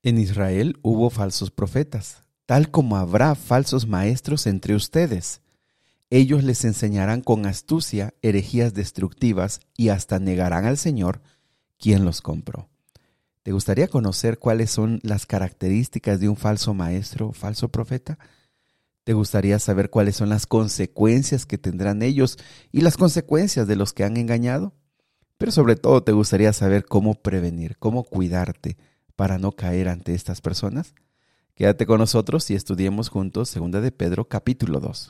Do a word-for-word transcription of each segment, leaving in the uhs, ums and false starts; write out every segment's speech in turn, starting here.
En Israel hubo falsos profetas, tal como habrá falsos maestros entre ustedes. Ellos les enseñarán con astucia herejías destructivas y hasta negarán al Señor, quien los compró. ¿Te gustaría conocer cuáles son las características de un falso maestro o falso profeta? ¿Te gustaría saber cuáles son las consecuencias que tendrán ellos y las consecuencias de los que han engañado? Pero sobre todo te gustaría saber cómo prevenir, cómo cuidarte para no caer ante estas personas. Quédate con nosotros y estudiemos juntos Segunda de Pedro capítulo dos.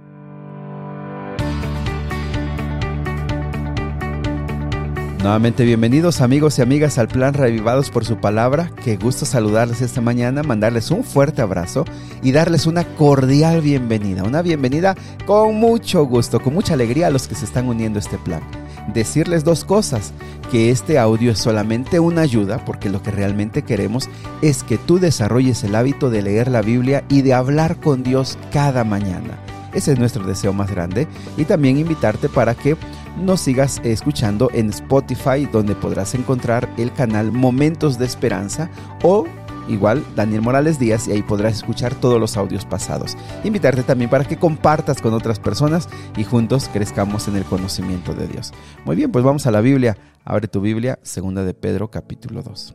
Nuevamente bienvenidos amigos y amigas al plan Reavivados por su palabra. Qué gusto saludarles esta mañana, mandarles un fuerte abrazo y darles una cordial bienvenida. Una bienvenida con mucho gusto, con mucha alegría a los que se están uniendo a este plan. Decirles dos cosas, que este audio es solamente una ayuda, porque lo que realmente queremos es que tú desarrolles el hábito de leer la Biblia y de hablar con Dios cada mañana. Ese es nuestro deseo más grande. Y también invitarte para que nos sigas escuchando en Spotify, donde podrás encontrar el canal Momentos de Esperanza o igual Daniel Morales Díaz, y ahí podrás escuchar todos los audios pasados. Invitarte también para que compartas con otras personas y juntos crezcamos en el conocimiento de Dios. Muy bien, pues vamos a la Biblia. Abre tu Biblia, Segunda de Pedro capítulo dos.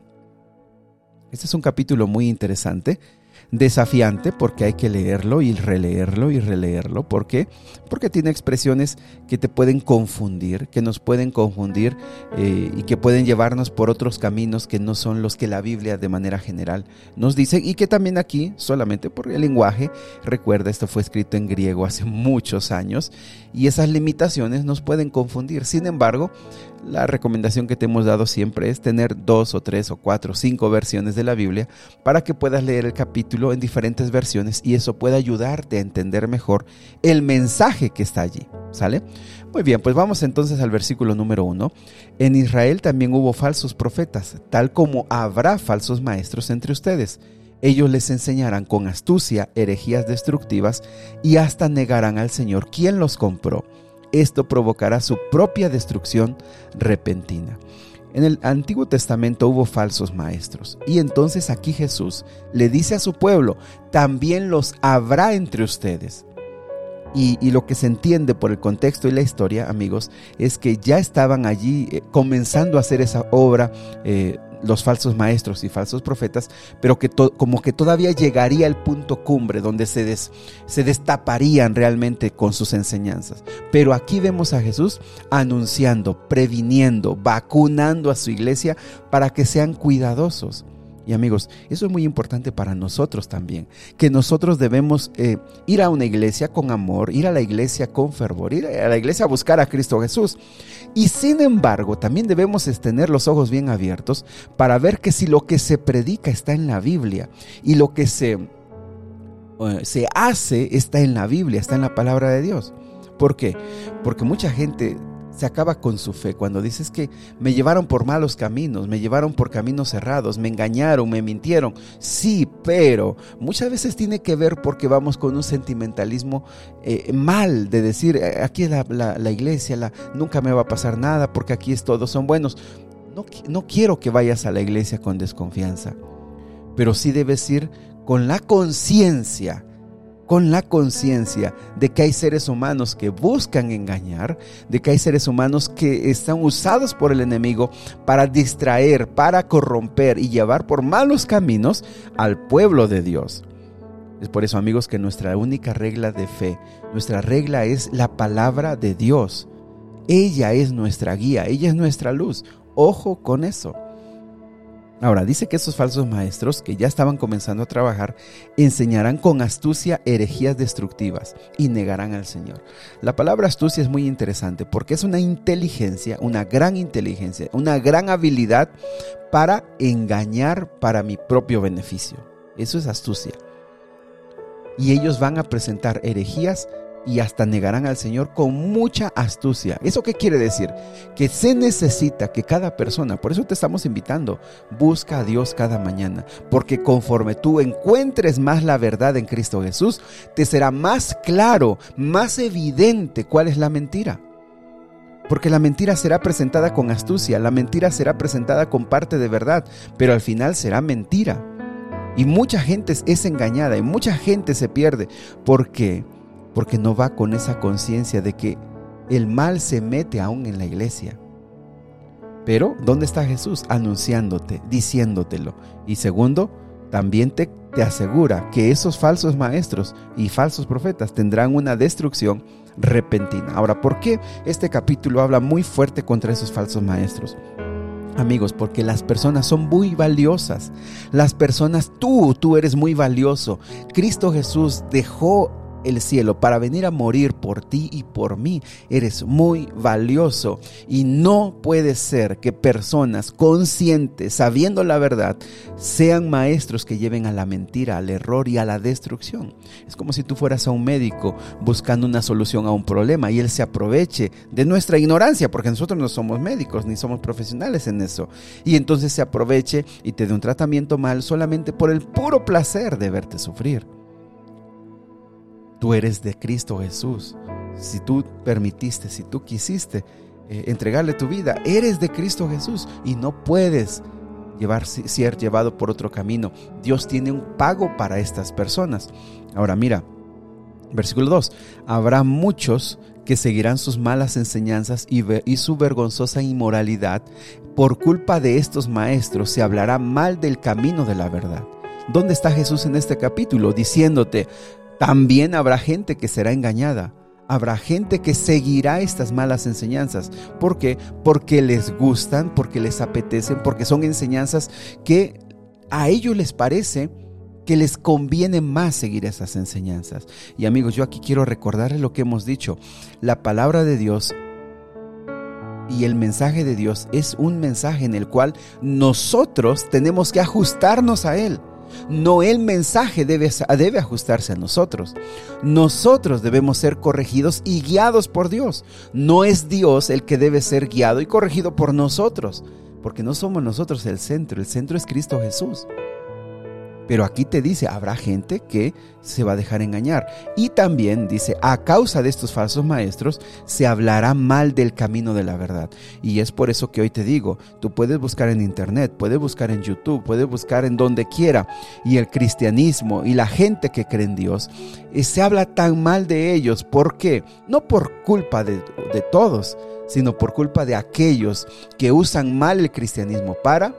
Este es un capítulo muy interesante, desafiante, porque hay que leerlo y releerlo y releerlo. ¿Por qué? Porque tiene expresiones que te pueden confundir, que nos pueden confundir eh, y que pueden llevarnos por otros caminos que no son los que la Biblia de manera general nos dice, y que también aquí, solamente por el lenguaje, recuerda, esto fue escrito en griego hace muchos años y esas limitaciones nos pueden confundir. Sin embargo, la recomendación que te hemos dado siempre es tener dos o tres o cuatro o cinco versiones de la Biblia para que puedas leer el capítulo en diferentes versiones y eso puede ayudarte a entender mejor el mensaje que está allí, ¿sale? Muy bien, pues vamos entonces al versículo número uno. En Israel también hubo falsos profetas, tal como habrá falsos maestros entre ustedes. Ellos les enseñarán con astucia herejías destructivas y hasta negarán al Señor, quien los compró. Esto provocará su propia destrucción repentina. En el Antiguo Testamento hubo falsos maestros y entonces aquí Jesús le dice a su pueblo, también los habrá entre ustedes. Y, y lo que se entiende por el contexto y la historia, amigos, es que ya estaban allí eh, comenzando a hacer esa obra, eh, los falsos maestros y falsos profetas, pero que to, como que todavía llegaría el punto cumbre donde se, des, se destaparían realmente con sus enseñanzas. Pero aquí vemos a Jesús anunciando, previniendo, vacunando a su iglesia para que sean cuidadosos. Y amigos, eso es muy importante para nosotros también, que nosotros debemos eh, ir a una iglesia con amor, ir a la iglesia con fervor, ir a la iglesia a buscar a Cristo Jesús. Y sin embargo, también debemos tener los ojos bien abiertos para ver que si lo que se predica está en la Biblia y lo que se, uh, se hace está en la Biblia, está en la palabra de Dios. ¿Por qué? Porque mucha gente se acaba con su fe cuando dices que me llevaron por malos caminos, me llevaron por caminos cerrados, me engañaron, me mintieron. Sí, pero muchas veces tiene que ver porque vamos con un sentimentalismo eh, mal de decir, aquí es la, la, la iglesia, la, nunca me va a pasar nada porque aquí es, todos son buenos. No, no quiero que vayas a la iglesia con desconfianza, pero sí debes ir con la conciencia con la conciencia de que hay seres humanos que buscan engañar, de que hay seres humanos que están usados por el enemigo para distraer, para corromper y llevar por malos caminos al pueblo de Dios. Es por eso, amigos, que nuestra única regla de fe, nuestra regla es la palabra de Dios. Ella es nuestra guía, ella es nuestra luz. Ojo con eso. Ahora, dice que esos falsos maestros que ya estaban comenzando a trabajar enseñarán con astucia herejías destructivas y negarán al Señor. La palabra astucia es muy interesante porque es una inteligencia, una gran inteligencia, una gran habilidad para engañar para mi propio beneficio. Eso es astucia. Y ellos van a presentar herejías y hasta negarán al Señor con mucha astucia. ¿Eso qué quiere decir? Que se necesita que cada persona, por eso te estamos invitando, busca a Dios cada mañana, porque conforme tú encuentres más la verdad en Cristo Jesús, te será más claro, más evidente cuál es la mentira. Porque la mentira será presentada con astucia, la mentira será presentada con parte de verdad, pero al final será mentira. Y mucha gente es engañada y mucha gente se pierde. ¿Por qué? Porque no va con esa conciencia de que el mal se mete aún en la iglesia. Pero, ¿dónde está Jesús? Anunciándote, diciéndotelo. Y segundo, también te, te asegura que esos falsos maestros y falsos profetas tendrán una destrucción repentina. Ahora, ¿por qué este capítulo habla muy fuerte contra esos falsos maestros? Amigos, porque las personas son muy valiosas. Las personas, tú, tú eres muy valioso. Cristo Jesús dejó el cielo para venir a morir por ti y por mí. Eres muy valioso y no puede ser que personas conscientes, sabiendo la verdad, sean maestros que lleven a la mentira, al error y a la destrucción. Es como si tú fueras a un médico buscando una solución a un problema y él se aproveche de nuestra ignorancia, porque nosotros no somos médicos ni somos profesionales en eso, y entonces se aproveche y te dé un tratamiento mal solamente por el puro placer de verte sufrir. Tú eres de Cristo Jesús. Si tú permitiste, si tú quisiste eh, entregarle tu vida, eres de Cristo Jesús y no puedes llevar, ser llevado por otro camino. Dios tiene un pago para estas personas. Ahora mira, versículo dos. Habrá muchos que seguirán sus malas enseñanzas y, ve, y su vergonzosa inmoralidad. Por culpa de estos maestros se hablará mal del camino de la verdad. ¿Dónde está Jesús en este capítulo? Diciéndote, también habrá gente que será engañada. Habrá gente que seguirá estas malas enseñanzas. ¿Por qué? Porque les gustan, porque les apetecen, porque son enseñanzas que a ellos les parece que les conviene más seguir esas enseñanzas. Y amigos, yo aquí quiero recordarles lo que hemos dicho. La palabra de Dios y el mensaje de Dios es un mensaje en el cual nosotros tenemos que ajustarnos a él. No el mensaje debe, debe ajustarse a nosotros. Nosotros debemos ser corregidos y guiados por Dios. No es Dios el que debe ser guiado y corregido por nosotros, porque no somos nosotros el centro. El centro es Cristo Jesús. Pero aquí te dice, habrá gente que se va a dejar engañar. Y también dice, a causa de estos falsos maestros, se hablará mal del camino de la verdad. Y es por eso que hoy te digo, tú puedes buscar en internet, puedes buscar en YouTube, puedes buscar en donde quiera. Y el cristianismo y la gente que cree en Dios, eh, se habla tan mal de ellos. ¿Por qué? No por culpa de, de todos, sino por culpa de aquellos que usan mal el cristianismo para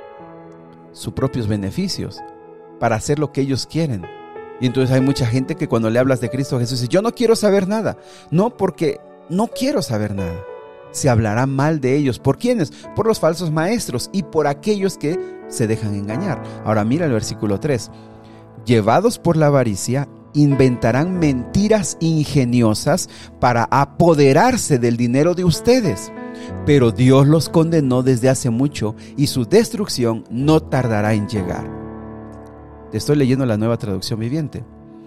sus propios beneficios, para hacer lo que ellos quieren. Y entonces hay mucha gente que cuando le hablas de Cristo Jesús dice, yo no quiero saber nada. No, porque no quiero saber nada. Se hablará mal de ellos. ¿Por quiénes? Por los falsos maestros y por aquellos que se dejan engañar. Ahora mira el versículo tres. Llevados por la avaricia, inventarán mentiras ingeniosas para apoderarse del dinero de ustedes. Pero Dios los condenó desde hace mucho y su destrucción no tardará en llegar. Te estoy leyendo la Nueva Traducción Viviente.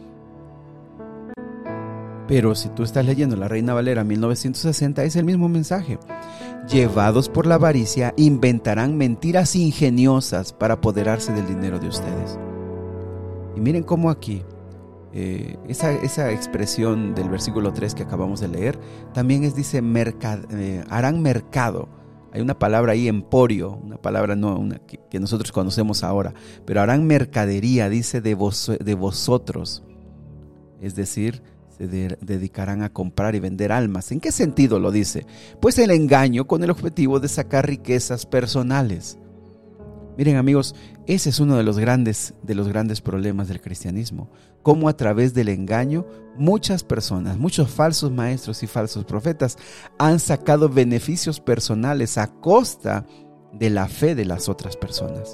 Pero si tú estás leyendo la Reina Valera mil novecientos sesenta, es el mismo mensaje. Llevados por la avaricia, inventarán mentiras ingeniosas para apoderarse del dinero de ustedes. Y miren cómo aquí, eh, esa, esa expresión del versículo tres que acabamos de leer, también es, dice, mercad, eh, harán mercado. Hay una palabra ahí, emporio, una palabra no, una, que, que nosotros conocemos ahora, pero harán mercadería, dice, de, vos, de vosotros. Es decir, se de, dedicarán a comprar y vender almas. ¿En qué sentido lo dice? Pues el engaño con el objetivo de sacar riquezas personales. Miren amigos, ese es uno de los grandes, de los grandes problemas del cristianismo. Cómo a través del engaño muchas personas, muchos falsos maestros y falsos profetas han sacado beneficios personales a costa de la fe de las otras personas.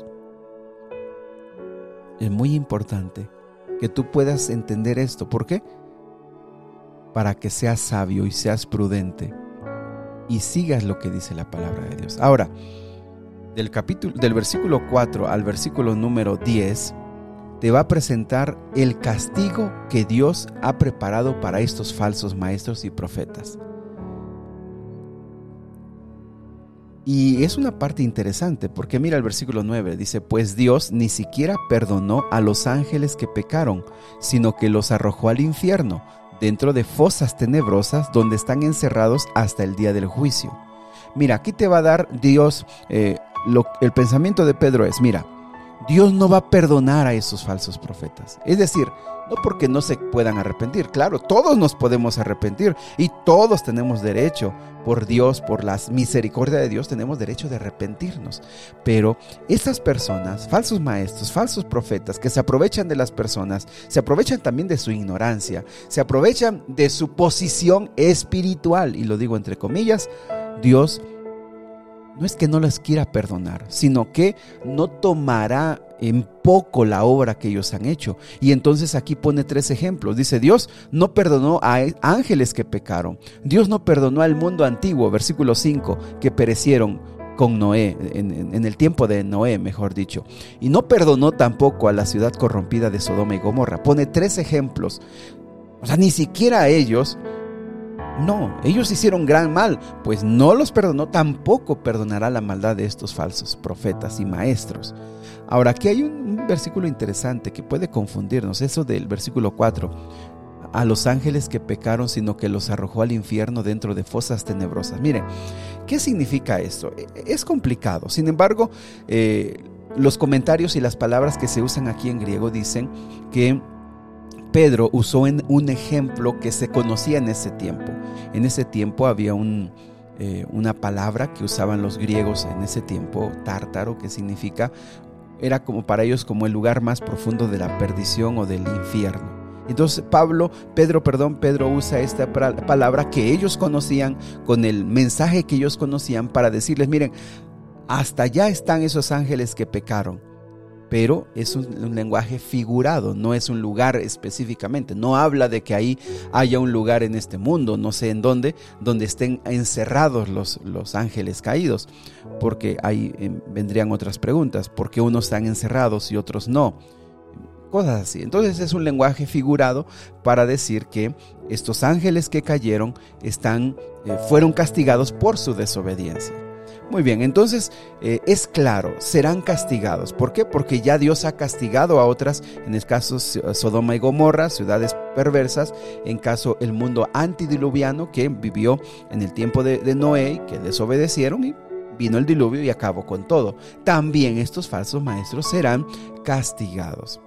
Es muy importante que tú puedas entender esto. ¿Por qué? Para que seas sabio y seas prudente y sigas lo que dice la palabra de Dios. Ahora, Del, capítulo, del versículo cuatro al versículo número diez, te va a presentar el castigo que Dios ha preparado para estos falsos maestros y profetas. Y es una parte interesante, porque mira el versículo nueve, dice, pues Dios ni siquiera perdonó a los ángeles que pecaron, sino que los arrojó al infierno, dentro de fosas tenebrosas, donde están encerrados hasta el día del juicio. Mira, aquí te va a dar Dios... Eh, Lo, el pensamiento de Pedro es, mira, Dios no va a perdonar a esos falsos profetas. Es decir, no porque no se puedan arrepentir. Claro, todos nos podemos arrepentir y todos tenemos derecho, por Dios, por la misericordia de Dios, tenemos derecho de arrepentirnos. Pero estas personas, falsos maestros, falsos profetas, que se aprovechan de las personas, se aprovechan también de su ignorancia, se aprovechan de su posición espiritual, y lo digo entre comillas. Dios no es que no les quiera perdonar, sino que no tomará en poco la obra que ellos han hecho. Y entonces aquí pone tres ejemplos. Dice, Dios no perdonó a ángeles que pecaron. Dios no perdonó al mundo antiguo, versículo cinco, que perecieron con Noé, en, en, en el tiempo de Noé, mejor dicho. Y no perdonó tampoco a la ciudad corrompida de Sodoma y Gomorra. Pone tres ejemplos. O sea, ni siquiera a ellos. No, ellos hicieron gran mal, pues no los perdonó, tampoco perdonará la maldad de estos falsos profetas y maestros. Ahora, aquí hay un, un versículo interesante que puede confundirnos, eso del versículo cuatro. A los ángeles que pecaron, sino que los arrojó al infierno dentro de fosas tenebrosas. Miren, ¿qué significa esto? Es complicado, sin embargo, eh, los comentarios y las palabras que se usan aquí en griego dicen que Pedro usó en un ejemplo que se conocía en ese tiempo. En ese tiempo había un, eh, una palabra que usaban los griegos en ese tiempo, tártaro, que significa, era como para ellos como el lugar más profundo de la perdición o del infierno. Entonces Pablo, Pedro, perdón, Pedro usa esta palabra que ellos conocían, con el mensaje que ellos conocían, para decirles, miren, hasta allá están esos ángeles que pecaron. Pero es un, un lenguaje figurado, no es un lugar específicamente. No habla de que ahí haya un lugar en este mundo, no sé en dónde, donde estén encerrados los, los ángeles caídos. Porque ahí eh, vendrían otras preguntas. ¿Por qué unos están encerrados y otros no? Cosas así. Entonces es un lenguaje figurado para decir que estos ángeles que cayeron están, eh, fueron castigados por su desobediencia. Muy bien, entonces eh, es claro, serán castigados. ¿Por qué? Porque ya Dios ha castigado a otras, en el caso Sodoma y Gomorra, ciudades perversas, en caso el mundo antidiluviano que vivió en el tiempo de, de Noé, que desobedecieron y vino el diluvio y acabó con todo. También estos falsos maestros serán castigados.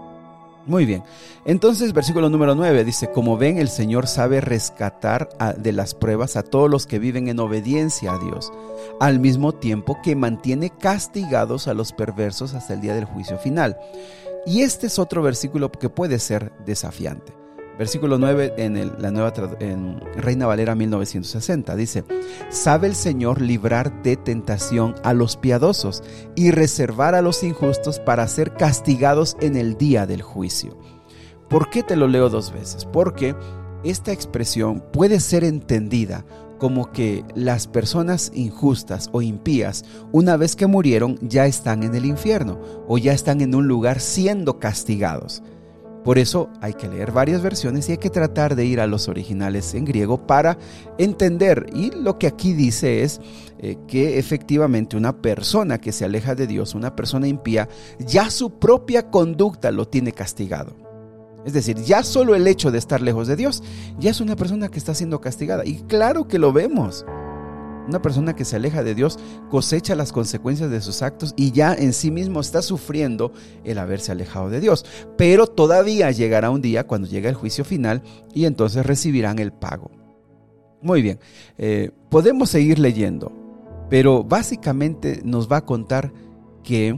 Muy bien, entonces versículo número nueve dice, como ven, el Señor sabe rescatar a, de las pruebas a todos los que viven en obediencia a Dios, al mismo tiempo que mantiene castigados a los perversos hasta el día del juicio final. Y este es otro versículo que puede ser desafiante. Versículo nueve en el, la nueva en Reina Valera mil novecientos sesenta dice, sabe el Señor librar de tentación a los piadosos y reservar a los injustos para ser castigados en el día del juicio. ¿Por qué te lo leo dos veces? Porque esta expresión puede ser entendida como que las personas injustas o impías, una vez que murieron, ya están en el infierno o ya están en un lugar siendo castigados. Por eso hay que leer varias versiones y hay que tratar de ir a los originales en griego para entender. Y lo que aquí dice es eh, que efectivamente una persona que se aleja de Dios, una persona impía, ya su propia conducta lo tiene castigado. Es decir, ya solo el hecho de estar lejos de Dios, ya es una persona que está siendo castigada. Y claro que lo vemos. Una persona que se aleja de Dios cosecha las consecuencias de sus actos y ya en sí mismo está sufriendo el haberse alejado de Dios. Pero todavía llegará un día cuando llegue el juicio final y entonces recibirán el pago. Muy bien, eh, podemos seguir leyendo, pero básicamente nos va a contar que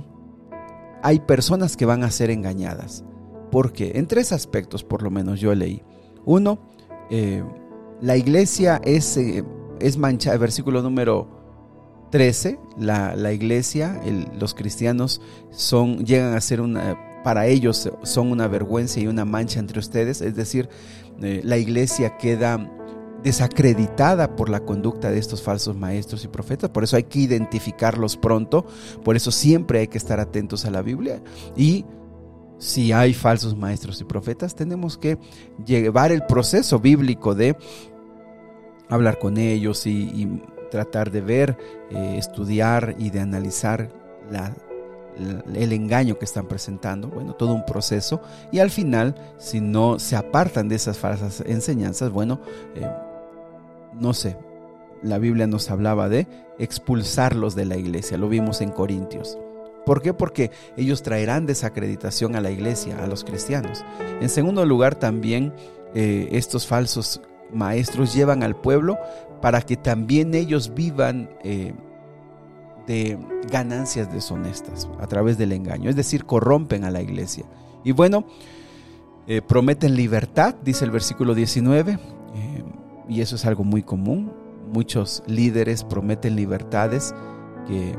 hay personas que van a ser engañadas. ¿Por qué? En tres aspectos, por lo menos yo leí. Uno, eh, la iglesia es... Eh, es manchada, versículo número trece, la, la iglesia, el, los cristianos son, llegan a ser una, para ellos son una vergüenza y una mancha entre ustedes, es decir, eh, la iglesia queda desacreditada por la conducta de estos falsos maestros y profetas. Por eso hay que identificarlos pronto, por eso siempre hay que estar atentos a la Biblia. Y si hay falsos maestros y profetas, tenemos que llevar el proceso bíblico de hablar con ellos y, y tratar de ver, eh, estudiar y de analizar la, la, el engaño que están presentando. Bueno, todo un proceso. Y al final, si no se apartan de esas falsas enseñanzas, bueno, eh, no sé, la Biblia nos hablaba de expulsarlos de la iglesia. Lo vimos en Corintios. ¿Por qué? Porque ellos traerán desacreditación a la iglesia, a los cristianos. En segundo lugar, también eh, estos falsos maestros llevan al pueblo para que también ellos vivan eh, de ganancias deshonestas a través del engaño, es decir, corrompen a la iglesia. Y bueno, eh, prometen libertad, dice el versículo diecinueve, eh, y eso es algo muy común. Muchos líderes prometen libertades que,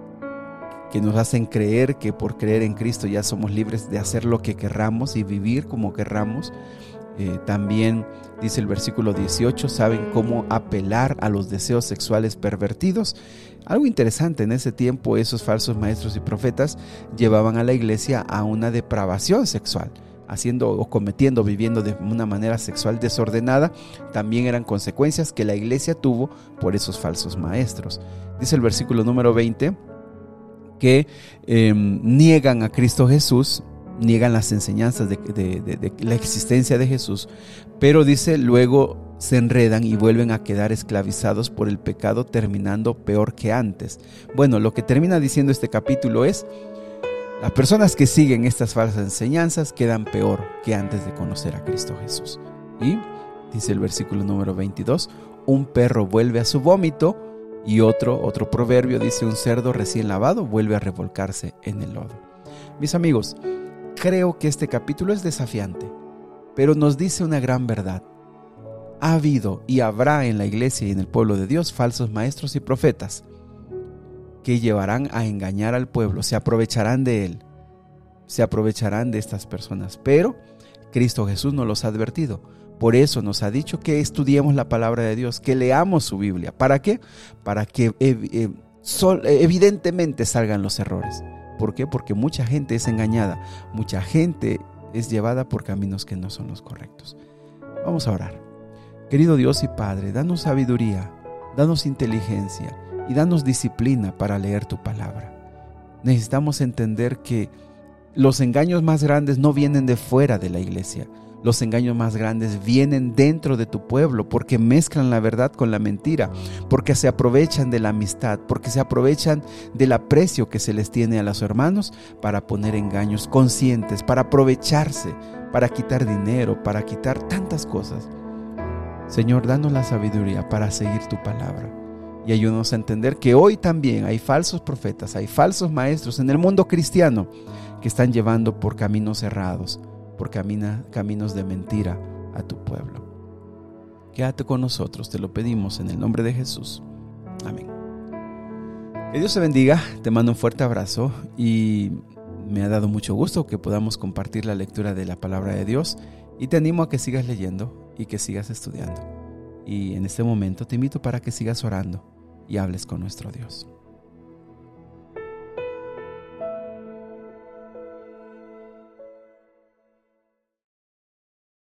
que nos hacen creer que por creer en Cristo ya somos libres de hacer lo que querramos y vivir como querramos. Eh, también dice el versículo dieciocho, saben cómo apelar a los deseos sexuales pervertidos. Algo interesante, en ese tiempo esos falsos maestros y profetas llevaban a la iglesia a una depravación sexual, haciendo o cometiendo, viviendo de una manera sexual desordenada. También eran consecuencias que la iglesia tuvo por esos falsos maestros. Dice el versículo número veinte que eh, niegan a Cristo Jesús, niegan las enseñanzas de, de, de, de la existencia de Jesús, pero dice, luego se enredan y vuelven a quedar esclavizados por el pecado, terminando peor que antes. Bueno, lo que termina diciendo este capítulo es, las personas que siguen estas falsas enseñanzas quedan peor que antes de conocer a Cristo Jesús. Y dice el versículo número veintidós, un perro vuelve a su vómito, y otro, otro proverbio dice, un cerdo recién lavado vuelve a revolcarse en el lodo. Mis amigos, creo que este capítulo es desafiante, pero nos dice una gran verdad. Ha habido y habrá en la iglesia y en el pueblo de Dios falsos maestros y profetas que llevarán a engañar al pueblo, se aprovecharán de él, se aprovecharán de estas personas, pero Cristo Jesús nos los ha advertido. Por eso nos ha dicho que estudiemos la palabra de Dios, que leamos su Biblia. ¿Para qué? Para que eh, eh, sol, evidentemente salgan los errores. ¿Por qué? Porque mucha gente es engañada, mucha gente es llevada por caminos que no son los correctos. Vamos a orar. Querido Dios y Padre, danos sabiduría, danos inteligencia y danos disciplina para leer tu palabra. Necesitamos entender que los engaños más grandes no vienen de fuera de la iglesia. Los engaños más grandes vienen dentro de tu pueblo porque mezclan la verdad con la mentira, porque se aprovechan de la amistad, porque se aprovechan del aprecio que se les tiene a los hermanos para poner engaños conscientes, para aprovecharse, para quitar dinero, para quitar tantas cosas. Señor, danos la sabiduría para seguir tu palabra y ayúdanos a entender que hoy también hay falsos profetas, hay falsos maestros en el mundo cristiano que están llevando por caminos errados, por camina, caminos de mentira a tu pueblo. Quédate con nosotros, te lo pedimos en el nombre de Jesús. Amén. Que Dios te bendiga, te mando un fuerte abrazo y me ha dado mucho gusto que podamos compartir la lectura de la palabra de Dios y te animo a que sigas leyendo y que sigas estudiando. Y en este momento te invito para que sigas orando y hables con nuestro Dios.